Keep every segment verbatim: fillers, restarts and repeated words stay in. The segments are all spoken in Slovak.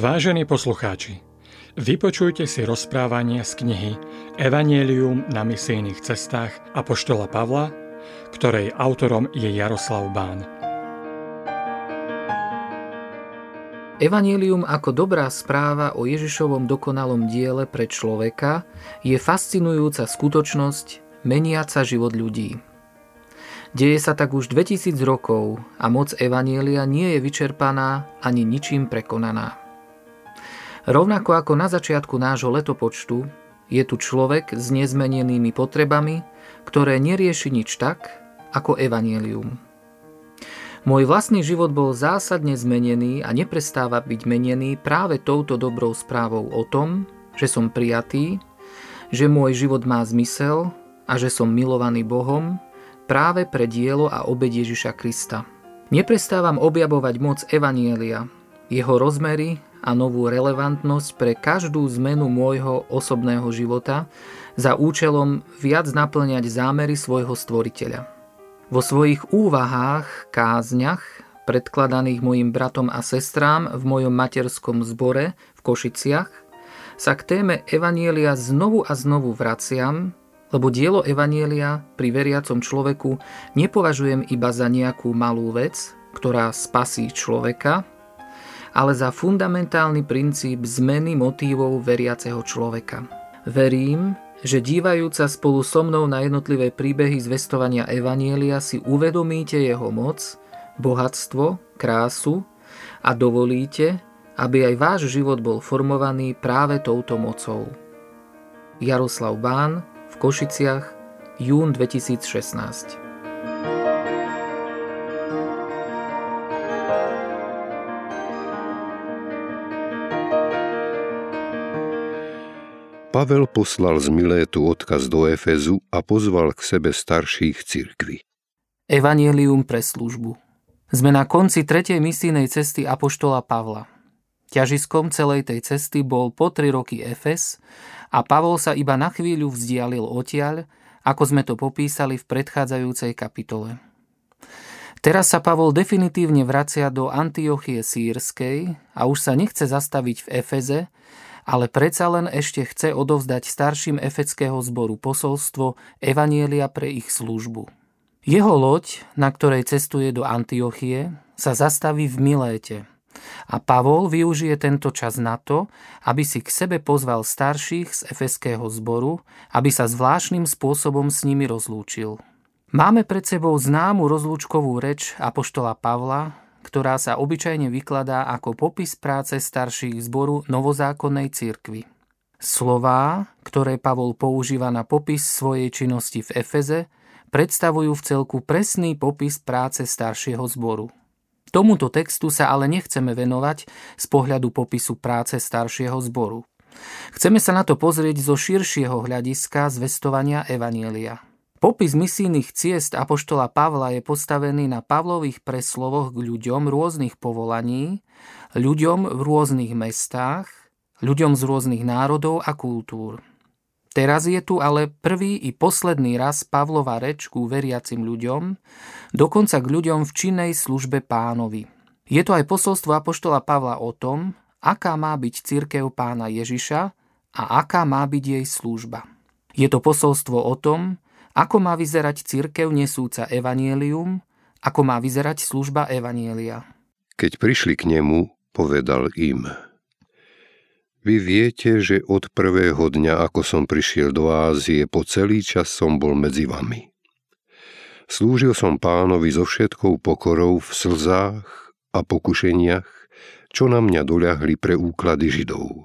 Vážení poslucháči, vypočujte si rozprávanie z knihy Evanjelium na misijných cestách apoštola Pavla, ktorej autorom je Jaroslav Bán. Evanjelium ako dobrá správa o Ježišovom dokonalom diele pre človeka je fascinujúca skutočnosť meniaca život ľudí. Deje sa tak už dvetisíc rokov a moc Evanjelia nie je vyčerpaná ani ničím prekonaná. Rovnako ako na začiatku nášho letopočtu, je tu človek s nezmenenými potrebami, ktoré nerieši nič tak, ako Evanjelium. Môj vlastný život bol zásadne zmenený a neprestáva byť menený práve touto dobrou správou o tom, že som prijatý, že môj život má zmysel a že som milovaný Bohom práve pre dielo a obeť Ježiša Krista. Neprestávam objavovať moc Evanjelia, jeho rozmery a novú relevantnosť pre každú zmenu môjho osobného života za účelom viac naplňať zámery svojho stvoriteľa. Vo svojich úvahách, kázniach, predkladaných mojim bratom a sestrám v mojom materskom zbore v Košiciach, sa k téme Evanjelia znovu a znovu vraciam, lebo dielo Evanjelia pri veriacom človeku nepovažujem iba za nejakú malú vec, ktorá spasí človeka, ale za fundamentálny princíp zmeny motívov veriaceho človeka. Verím, že dívajúca spolu so mnou na jednotlivé príbehy zvestovania Evanjelia si uvedomíte jeho moc, bohatstvo, krásu a dovolíte, aby aj váš život bol formovaný práve touto mocou. Jaroslav Bán v Košiciach, jún dvetisícšestnásť. Pavel poslal z Milétu odkaz do Efezu a pozval k sebe starších cirkví. Evanjelium pre službu. Sme na konci tretej misijnej cesty apoštola Pavla. Ťažiskom celej tej cesty bol po tri roky Efez a Pavol sa iba na chvíľu vzdialil odtiaľ, ako sme to popísali v predchádzajúcej kapitole. Teraz sa Pavol definitívne vracia do Antiochie Sýrskej a už sa nechce zastaviť v Efeze, ale predsa len ešte chce odovzdať starším efeského zboru posolstvo Evanjelia pre ich službu. Jeho loď, na ktorej cestuje do Antiochie, sa zastaví v Miléte a Pavol využije tento čas na to, aby si k sebe pozval starších z efeského zboru, aby sa zvláštnym spôsobom s nimi rozlúčil. Máme pred sebou známu rozlúčkovú reč apoštola Pavla, ktorá sa obyčajne vykladá ako popis práce starších zboru novozákonnej cirkvi. Slová, ktoré Pavol používa na popis svojej činnosti v Efeze, predstavujú v celku presný popis práce staršieho zboru. Tomuto textu sa ale nechceme venovať z pohľadu popisu práce staršieho zboru. Chceme sa na to pozrieť zo širšieho hľadiska zvestovania Evanjelia. Popis misijných ciest apoštola Pavla je postavený na Pavlových preslovoch k ľuďom rôznych povolaní, ľuďom v rôznych mestách, ľuďom z rôznych národov a kultúr. Teraz je tu ale prvý i posledný raz Pavlova reč ku veriacim ľuďom, dokonca k ľuďom v činnej službe Pánovi. Je to aj posolstvo apoštola Pavla o tom, aká má byť cirkev Pána Ježiša a aká má byť jej služba. Je to posolstvo o tom, ako má vyzerať cirkev nesúca Evanjelium, ako má vyzerať služba Evanjelia. Keď prišli k nemu, povedal im: Vy viete, že od prvého dňa, ako som prišiel do Ázie, po celý čas som bol medzi vami. Slúžil som Pánovi so všetkou pokorou v slzách a pokušeniach, čo na mňa doľahli pre úklady Židov.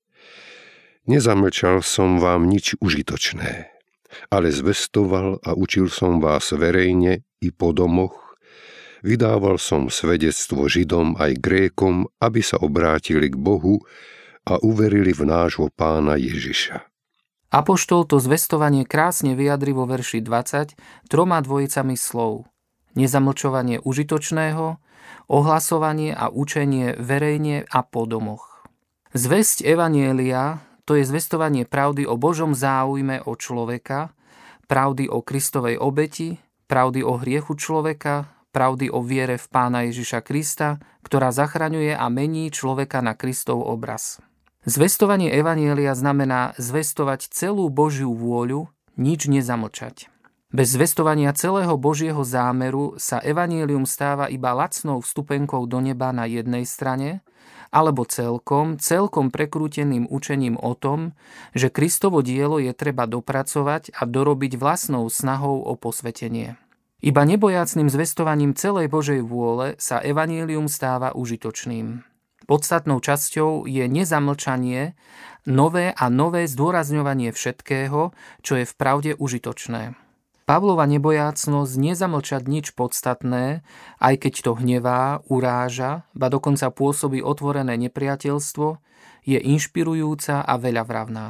Nezamlčal som vám nič užitočné, ale zvestoval a učil som vás verejne i po domoch, vydával som svedectvo Židom aj Grékom, aby sa obrátili k Bohu a uverili v nášho Pána Ježiša. Apoštol to zvestovanie krásne vyjadri vo verši dvadsať troma dvojicami slov: nezamlčovanie užitočného, ohlasovanie a učenie verejne a po domoch. Zvesť Evanjelia, to je zvestovanie pravdy o Božom záujme o človeka, pravdy o Kristovej obeti, pravdy o hriechu človeka, pravdy o viere v Pána Ježiša Krista, ktorá zachraňuje a mení človeka na Kristov obraz. Zvestovanie evanjelia znamená zvestovať celú Božiu vôľu, nič nezamlčať. Bez zvestovania celého Božieho zámeru sa evanjelium stáva iba lacnou vstupenkou do neba na jednej strane, alebo celkom, celkom prekrúteným učením o tom, že Kristovo dielo je treba dopracovať a dorobiť vlastnou snahou o posvetenie. Iba nebojácnym zvestovaním celej Božej vôle sa evanjelium stáva užitočným. Podstatnou časťou je nezamlčanie, nové a nové zdôrazňovanie všetkého, čo je v pravde užitočné. Pavlova nebojácnosť nezamlčať nič podstatné, aj keď to hnevá, uráža, ba dokonca pôsobí otvorené nepriateľstvo, je inšpirujúca a veľavravná.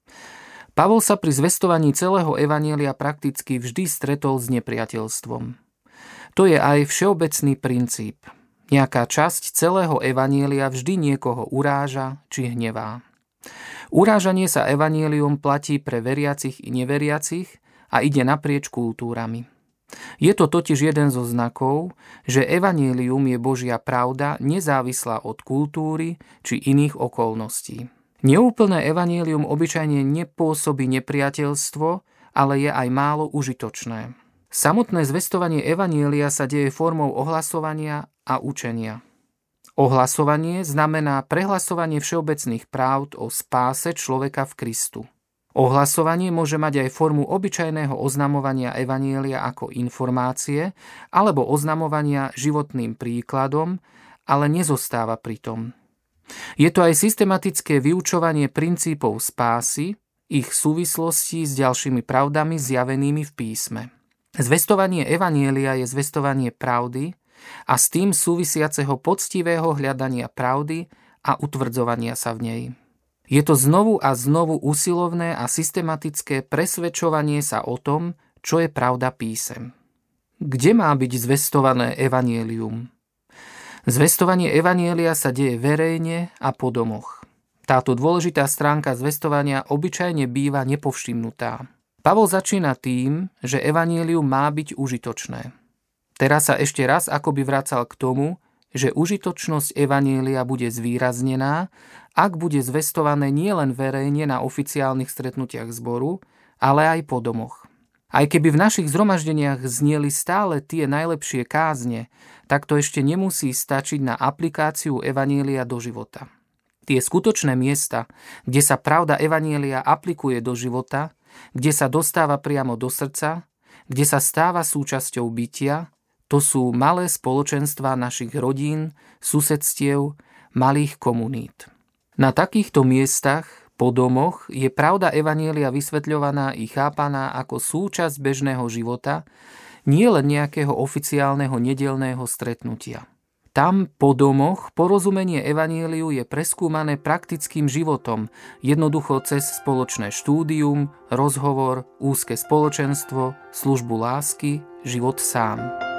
Pavol sa pri zvestovaní celého evanjelia prakticky vždy stretol s nepriateľstvom. To je aj všeobecný princíp. Nejaká časť celého evanjelia vždy niekoho uráža či hnevá. Urážanie sa evanjelium platí pre veriacich i neveriacich, a ide naprieč kultúrami. Je to totiž jeden zo znakov, že evanjelium je Božia pravda nezávislá od kultúry či iných okolností. Neúplné evanjelium obyčajne nepôsobí nepriateľstvo, ale je aj málo užitočné. Samotné zvestovanie evanjelia sa deje formou ohlasovania a učenia. Ohlasovanie znamená prehlasovanie všeobecných pravd o spáse človeka v Kristu. Ohlasovanie môže mať aj formu obyčajného oznamovania evanjelia ako informácie alebo oznamovania životným príkladom, ale nezostáva pri tom. Je to aj systematické vyučovanie princípov spásy, ich súvislostí s ďalšími pravdami zjavenými v písme. Zvestovanie evanjelia je zvestovanie pravdy a s tým súvisiaceho poctivého hľadania pravdy a utvrdzovania sa v nej. Je to znovu a znovu usilovné a systematické presvedčovanie sa o tom, čo je pravda písem. Kde má byť zvestované evanjelium? Zvestovanie evanjelia sa deje verejne a po domoch. Táto dôležitá stránka zvestovania obyčajne býva nepovšimnutá. Pavol začína tým, že evanjelium má byť užitočné. Teraz sa ešte raz akoby vracal k tomu, že užitočnosť evanjelia bude zvýraznená, ak bude zvestované nielen verejne na oficiálnych stretnutiach zboru, ale aj po domoch. Aj keby v našich zhromaždeniach znieli stále tie najlepšie kázne, tak to ešte nemusí stačiť na aplikáciu evanjelia do života. Tie skutočné miesta, kde sa pravda evanjelia aplikuje do života, kde sa dostáva priamo do srdca, kde sa stáva súčasťou bytia, to sú malé spoločenstvá našich rodín, susedstiev, malých komunít. Na takýchto miestach, po domoch, je pravda evanjelia vysvetľovaná i chápaná ako súčasť bežného života, nie len nejakého oficiálneho nedeľného stretnutia. Tam, po domoch, porozumenie evanjeliu je preskúmané praktickým životom, jednoducho cez spoločné štúdium, rozhovor, úzke spoločenstvo, službu lásky, život sám.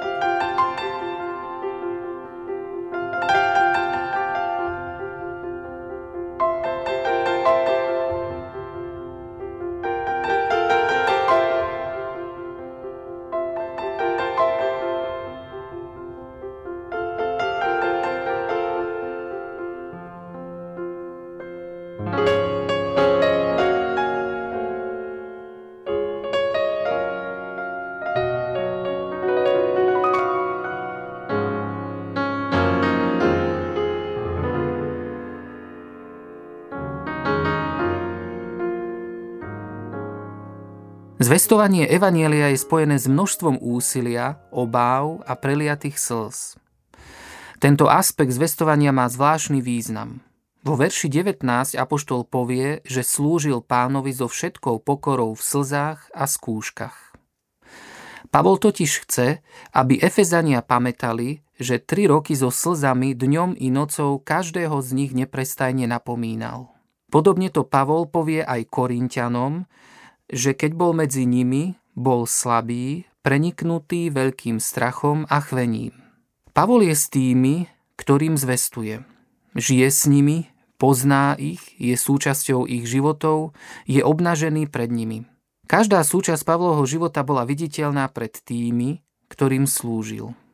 Zvestovanie evanjelia je spojené s množstvom úsilia, obáv a preliatých slz. Tento aspekt zvestovania má zvláštny význam. Vo verši devätnásť apoštol povie, že slúžil Pánovi so všetkou pokorou v slzách a skúškach. Pavol totiž chce, aby Efezania pamätali, že tri roky so slzami dňom i nocou každého z nich neprestajne napomínal. Podobne to Pavol povie aj Korinťanom, že keď bol medzi nimi, bol slabý, preniknutý veľkým strachom a chvením. Pavol je s tými, ktorým zvestuje. Žije s nimi, pozná ich, je súčasťou ich životov, je obnažený pred nimi. Každá súčasť Pavlovho života bola viditeľná pred tými, ktorým slúžil.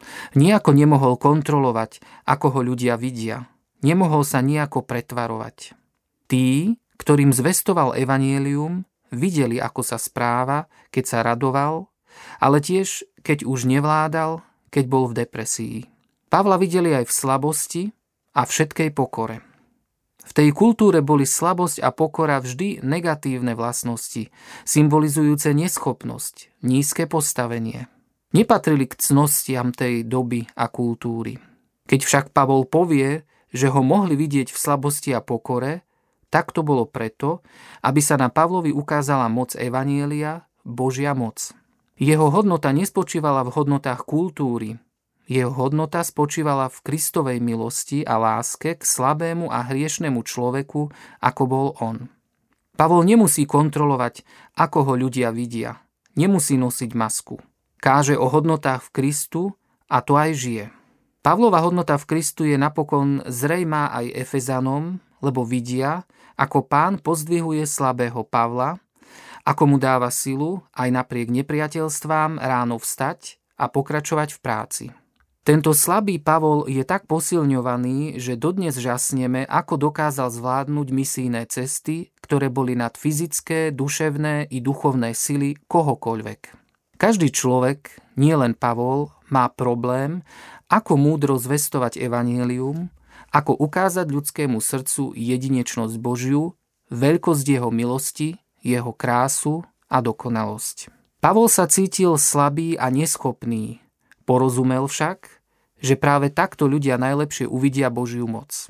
Nijako nemohol kontrolovať, ako ho ľudia vidia. Nemohol sa nijako pretvarovať. Tí, ktorým zvestoval evanjelium, videli, ako sa správa, keď sa radoval, ale tiež, keď už nevládal, keď bol v depresii. Pavla videli aj v slabosti a všetkej pokore. V tej kultúre boli slabosť a pokora vždy negatívne vlastnosti, symbolizujúce neschopnosť, nízke postavenie. Nepatrili k cnostiam tej doby a kultúry. Keď však Pavol povie, že ho mohli vidieť v slabosti a pokore, tak to bolo preto, aby sa na Pavlovi ukázala moc evanjelia, Božia moc. Jeho hodnota nespočívala v hodnotách kultúry. Jeho hodnota spočívala v Kristovej milosti a láske k slabému a hriešnemu človeku, ako bol on. Pavol nemusí kontrolovať, ako ho ľudia vidia. Nemusí nosiť masku. Káže o hodnotách v Kristu a to aj žije. Pavlova hodnota v Kristu je napokon zrejmá aj Efezanom, lebo vidia, ako Pán pozdvihuje slabého Pavla, ako mu dáva silu aj napriek nepriateľstvám ráno vstať a pokračovať v práci. Tento slabý Pavol je tak posilňovaný, že dodnes žasneme, ako dokázal zvládnuť misijné cesty, ktoré boli nad fyzické, duševné i duchovné sily kohokoľvek. Každý človek, nielen Pavol, má problém, ako múdro zvestovať evanjelium, ako ukázať ľudskému srdcu jedinečnosť Božiu, veľkosť jeho milosti, jeho krásu a dokonalosť. Pavol sa cítil slabý a neschopný, porozumel však, že práve takto ľudia najlepšie uvidia Božiu moc.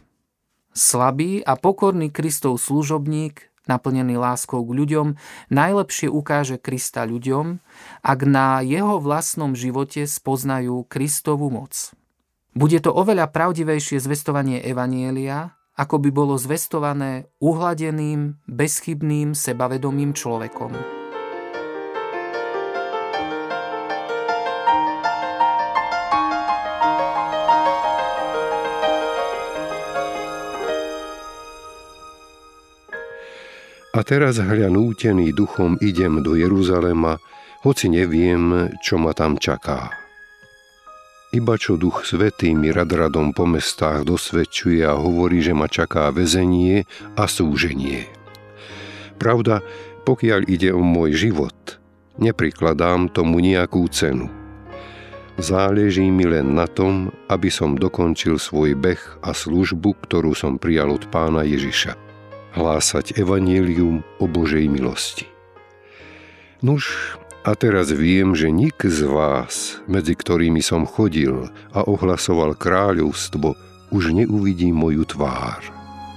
Slabý a pokorný Kristov služobník, naplnený láskou k ľuďom, najlepšie ukáže Krista ľuďom, ak na jeho vlastnom živote spoznajú Kristovu moc. Bude to oveľa pravdivejšie zvestovanie evanjelia, ako by bolo zvestované uhladeným, bezchybným, sebavedomým človekom. A teraz, hľa nútený duchom, idem do Jeruzalema, hoci neviem, čo ma tam čaká. Iba čo Duch Svätý mi radradom po mestách dosvedčuje a hovorí, že ma čaká väzenie a súženie. Pravda, pokiaľ ide o môj život, neprikladám tomu nejakú cenu. Záleží mi len na tom, aby som dokončil svoj beh a službu, ktorú som prijal od Pána Ježiša. Hlásať evanjelium o Božej milosti. Nuž, a teraz viem, že nik z vás, medzi ktorými som chodil a ohlasoval kráľovstvo, už neuvidí moju tvár.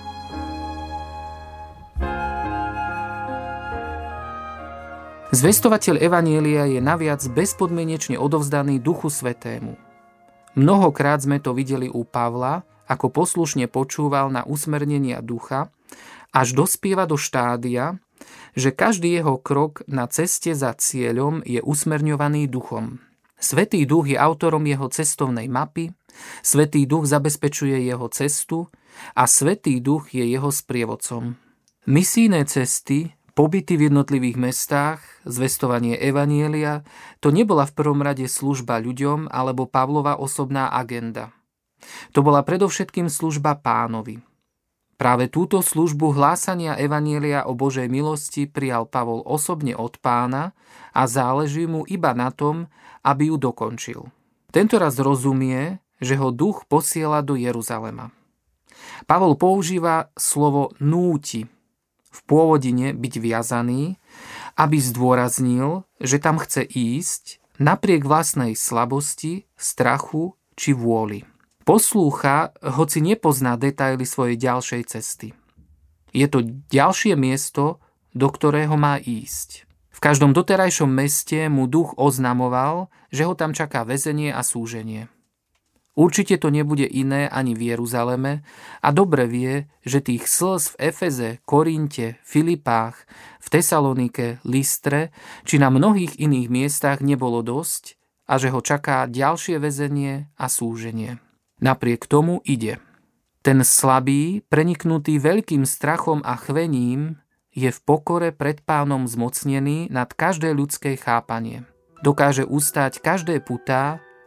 Zvestovateľ evanjelia je naviac bezpodmienečne odovzdaný Duchu Svätému. Mnohokrát sme to videli u Pavla, ako poslušne počúval na usmernenia ducha, až dospieva do štádia, že každý jeho krok na ceste za cieľom je usmerňovaný duchom. Svätý Duch je autorom jeho cestovnej mapy, Svätý Duch zabezpečuje jeho cestu a Svätý Duch je jeho sprievodcom. Misijné cesty, pobyty v jednotlivých mestách, zvestovanie evanjelia, to nebola v prvom rade služba ľuďom alebo Pavlova osobná agenda. To bola predovšetkým služba Pánovi. Práve túto službu hlásania evanjelia o Božej milosti prijal Pavol osobne od Pána a záleží mu iba na tom, aby ju dokončil. Tento raz rozumie, že ho Duch posiela do Jeruzalema. Pavol používa slovo núti, v pôvodine byť viazaný, aby zdôraznil, že tam chce ísť napriek vlastnej slabosti, strachu či vôli. Poslúcha, hoci nepozná detaily svojej ďalšej cesty. Je to ďalšie miesto, do ktorého má ísť. V každom doterajšom meste mu Duch oznamoval, že ho tam čaká väzenie a súženie. Určite to nebude iné ani v Jeruzaleme a dobre vie, že tých slz v Efeze, Korinte, Filipách, v Tesalonike, Listre či na mnohých iných miestach nebolo dosť a že ho čaká ďalšie väzenie a súženie. Napriek tomu ide. Ten slabý, preniknutý veľkým strachom a chvením, je v pokore pred Pánom zmocnený nad každé ľudské chápanie. Dokáže ustáť každé putá,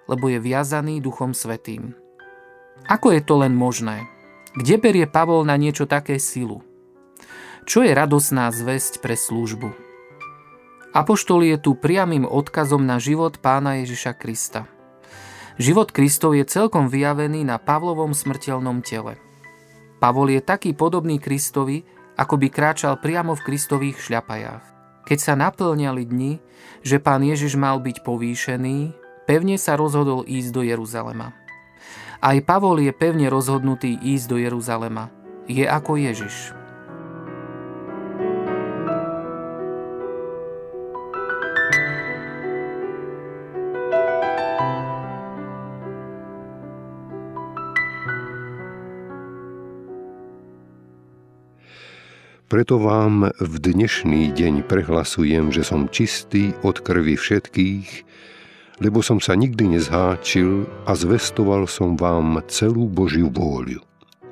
lebo je viazaný Duchom Svätým. Ako je to len možné? Kde berie Pavol na niečo také silu? Čo je radosná zvesť pre službu? Apoštol je tu priamym odkazom na život Pána Ježiša Krista. Život Kristov je celkom vyjavený na Pavlovom smrteľnom tele. Pavol je taký podobný Kristovi, ako by kráčal priamo v Kristových šľapajách. Keď sa naplňali dni, že Pán Ježiš mal byť povýšený, pevne sa rozhodol ísť do Jeruzalema. Aj Pavol je pevne rozhodnutý ísť do Jeruzalema. Je ako Ježiš. Preto vám v dnešný deň prehlasujem, že som čistý od krvi všetkých, lebo som sa nikdy nezháčil a zvestoval som vám celú Božiu vôľu.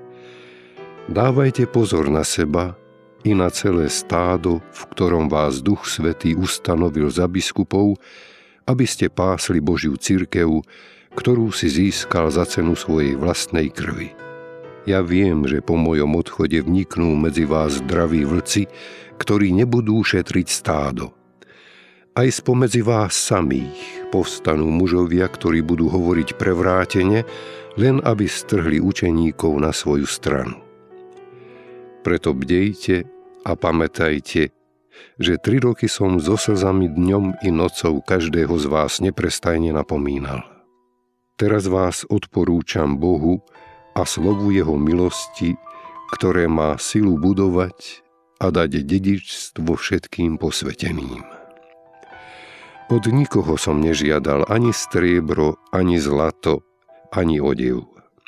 Dávajte pozor na seba i na celé stádo, v ktorom vás Duch Svätý ustanovil za biskupov, aby ste pásli Božiu cirkev, ktorú si získal za cenu svojej vlastnej krvi. Ja viem, že po mojom odchode vniknú medzi vás zdraví vlci, ktorí nebudú šetriť stádo. Aj spomedzi vás samých povstanú mužovia, ktorí budú hovoriť prevrátene, len aby strhli učeníkov na svoju stranu. Preto bdejte a pamätajte, že tri roky som so slzami dňom i nocou každého z vás neprestajne napomínal. Teraz vás odporúčam Bohu a slovu jeho milosti, ktoré má silu budovať a dať dedičstvo všetkým posveteným. Od nikoho som nežiadal ani striebro, ani zlato, ani odev.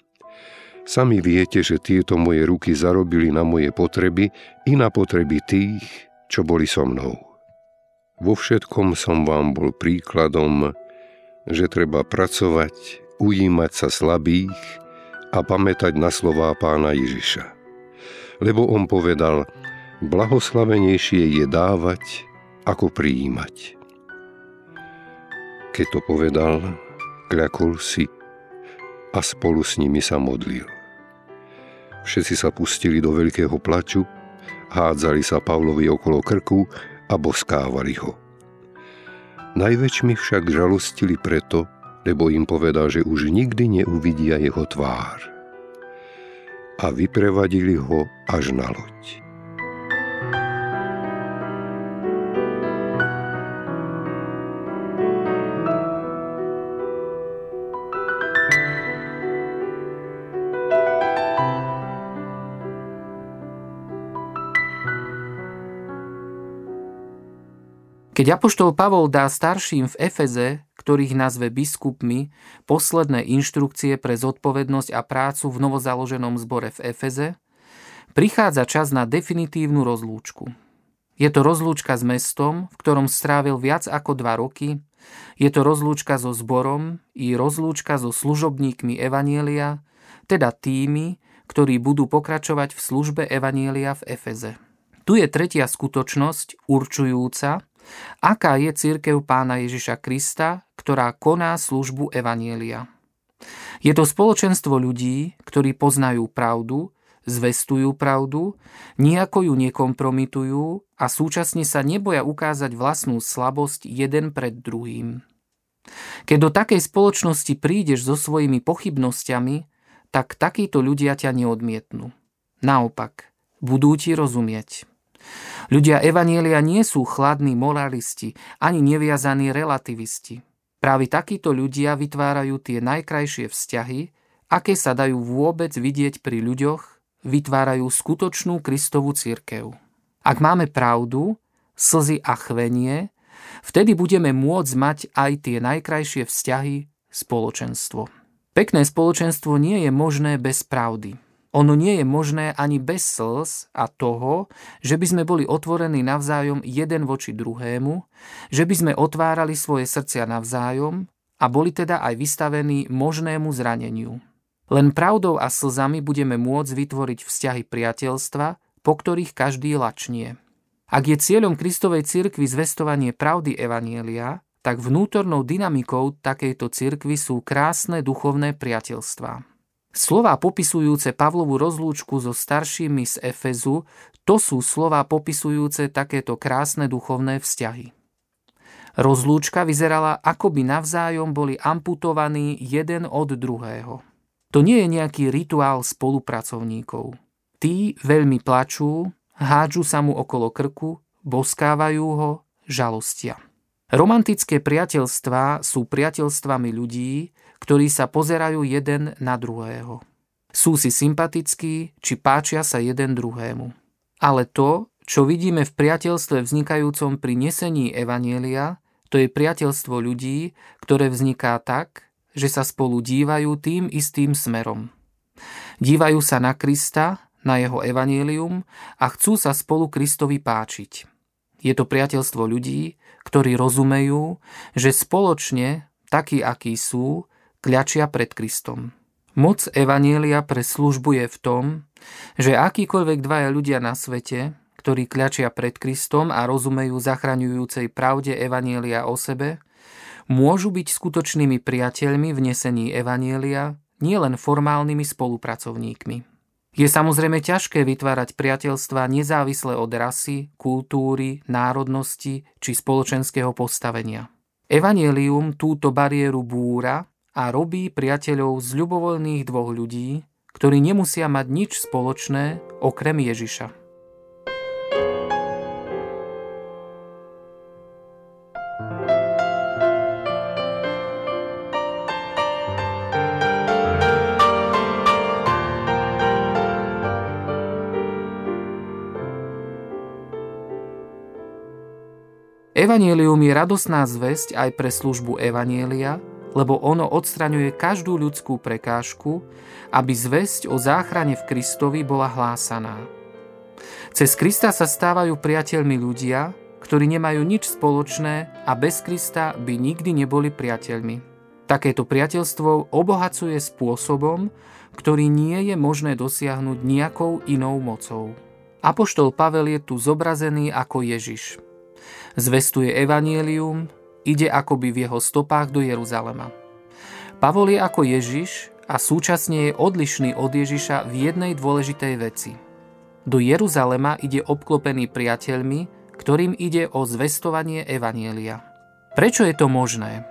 Sami viete, že tieto moje ruky zarobili na moje potreby i na potreby tých, čo boli so mnou. Vo všetkom som vám bol príkladom, že treba pracovať, ujímať sa slabých a pamätať na slová Pána Ježiša. Lebo on povedal, blahoslavenejšie je dávať, ako prijímať. Keď to povedal, kľakol si a spolu s nimi sa modlil. Všetci sa pustili do veľkého plaču, hádzali sa Pavlovi okolo krku a boskávali ho. Najväčšmi však žalostili preto, lebo im povedal, že už nikdy neuvidia jeho tvár. A vyprevadili ho až na loď. Keď apoštol Pavol dá starším v Efeze, ktorých nazve biskupmi, posledné inštrukcie pre zodpovednosť a prácu v novozaloženom zbore v Efeze, prichádza čas na definitívnu rozlúčku. Je to rozlúčka s mestom, v ktorom strávil viac ako dva roky, je to rozlúčka so zborom i rozlúčka so služobníkmi evanjelia, teda tými, ktorí budú pokračovať v službe evanjelia v Efeze. Tu je tretia skutočnosť určujúca, aká je cirkev Pána Ježiša Krista, ktorá koná službu evanjelia. Je to spoločenstvo ľudí, ktorí poznajú pravdu, zvestujú pravdu, nijako ju nekompromitujú a súčasne sa neboja ukázať vlastnú slabosť jeden pred druhým. Keď do takej spoločnosti prídeš so svojimi pochybnosťami, tak takíto ľudia ťa neodmietnú. Naopak, budú ti rozumieť. Ľudia evanjelia nie sú chladní moralisti, ani neviazaní relativisti. Práve takíto ľudia vytvárajú tie najkrajšie vzťahy, aké sa dajú vôbec vidieť pri ľuďoch, vytvárajú skutočnú Kristovu cirkev. Ak máme pravdu, slzy a chvenie, vtedy budeme môcť mať aj tie najkrajšie vzťahy, spoločenstvo. Pekné spoločenstvo nie je možné bez pravdy. Ono nie je možné ani bez slz a toho, že by sme boli otvorení navzájom jeden voči druhému, že by sme otvárali svoje srdcia navzájom a boli teda aj vystavení možnému zraneniu. Len pravdou a slzami budeme môcť vytvoriť vzťahy priateľstva, po ktorých každý lačnie. Ak je cieľom Kristovej cirkvi zvestovanie pravdy evanjelia, tak vnútornou dynamikou takejto cirkvi sú krásne duchovné priateľstvá. Slová popisujúce Pavlovu rozlúčku so staršími z Efezu, to sú slová popisujúce takéto krásne duchovné vzťahy. Rozlúčka vyzerala, ako by navzájom boli amputovaní jeden od druhého. To nie je nejaký rituál spolupracovníkov. Tí veľmi plačú, hádžu sa mu okolo krku, boskávajú ho, žalostia. Romantické priateľstvá sú priateľstvami ľudí, ktorí sa pozerajú jeden na druhého. Sú si sympatickí, či páčia sa jeden druhému. Ale to, čo vidíme v priateľstve vznikajúcom pri nesení evanjelia, to je priateľstvo ľudí, ktoré vzniká tak, že sa spolu dívajú tým istým smerom. Dívajú sa na Krista, na jeho evanjelium a chcú sa spolu Kristovi páčiť. Je to priateľstvo ľudí, ktorí rozumejú, že spoločne, takí akí sú, kľačia pred Kristom. Moc evanjelia pre službu je v tom, že akýkoľvek dvaja ľudia na svete, ktorí kľačia pred Kristom a rozumejú zachraňujúcej pravde evanjelia o sebe, môžu byť skutočnými priateľmi v nesení evanjelia, nielen formálnymi spolupracovníkmi. Je samozrejme ťažké vytvárať priateľstvá nezávisle od rasy, kultúry, národnosti či spoločenského postavenia. Evanjelium túto bariéru búra a robí priateľov z ľubovoľných dvoch ľudí, ktorí nemusia mať nič spoločné okrem Ježiša. Evanjelium je radosná zvesť aj pre službu evanjelia, lebo ono odstraňuje každú ľudskú prekážku, aby zvesť o záchrane v Kristovi bola hlásaná. Cez Krista sa stávajú priateľmi ľudia, ktorí nemajú nič spoločné a bez Krista by nikdy neboli priateľmi. Takéto priateľstvo obohacuje spôsobom, ktorý nie je možné dosiahnuť nejakou inou mocou. Apoštol Pavel je tu zobrazený ako Ježiš. Zvestuje evanjelium, ide akoby v jeho stopách do Jeruzalema. Pavol je ako Ježiš a súčasne je odlišný od Ježiša v jednej dôležitej veci. Do Jeruzalema ide obklopený priateľmi, ktorým ide o zvestovanie evanjelia. Prečo je to možné?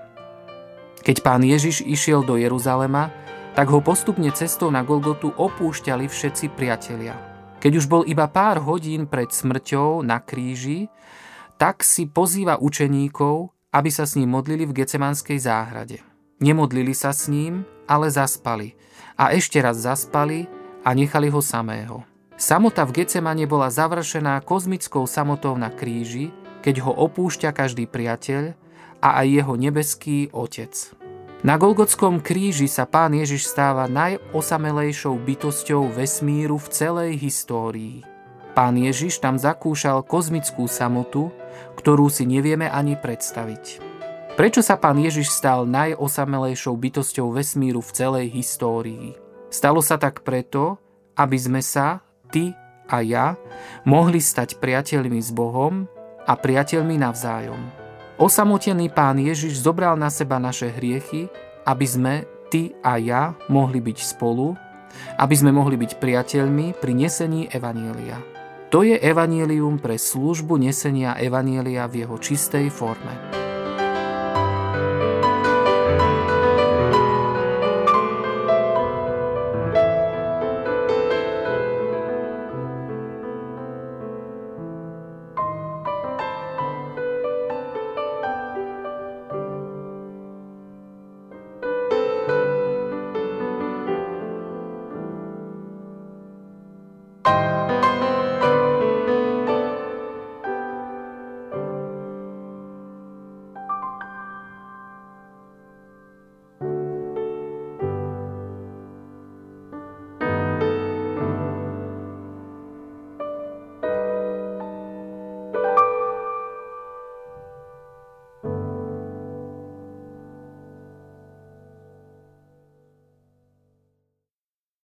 Keď pán Ježiš išiel do Jeruzalema, tak ho postupne cestou na Golgotu opúšťali všetci priatelia. Keď už bol iba pár hodín pred smrťou na kríži, tak si pozýva učeníkov, aby sa s ním modlili v Getsemanskej záhrade. Nemodlili sa s ním, ale zaspali. A ešte raz zaspali a nechali ho samého. Samota v Getsemane bola završená kozmickou samotou na kríži, keď ho opúšťa každý priateľ a aj jeho nebeský Otec. Na Golgotskom kríži sa pán Ježiš stáva najosamelejšou bytosťou vesmíru v celej histórii. Pán Ježiš tam zakúšal kozmickú samotu, ktorú si nevieme ani predstaviť. Prečo sa pán Ježiš stal najosamelejšou bytosťou vesmíru v celej histórii? Stalo sa tak preto, aby sme sa, ty a ja, mohli stať priateľmi s Bohom a priateľmi navzájom. Osamotený pán Ježiš zobral na seba naše hriechy, aby sme, ty a ja, mohli byť spolu, aby sme mohli byť priateľmi pri nesení evanjelia. To je evanjelium pre službu nesenia evanjelia v jeho čistej forme.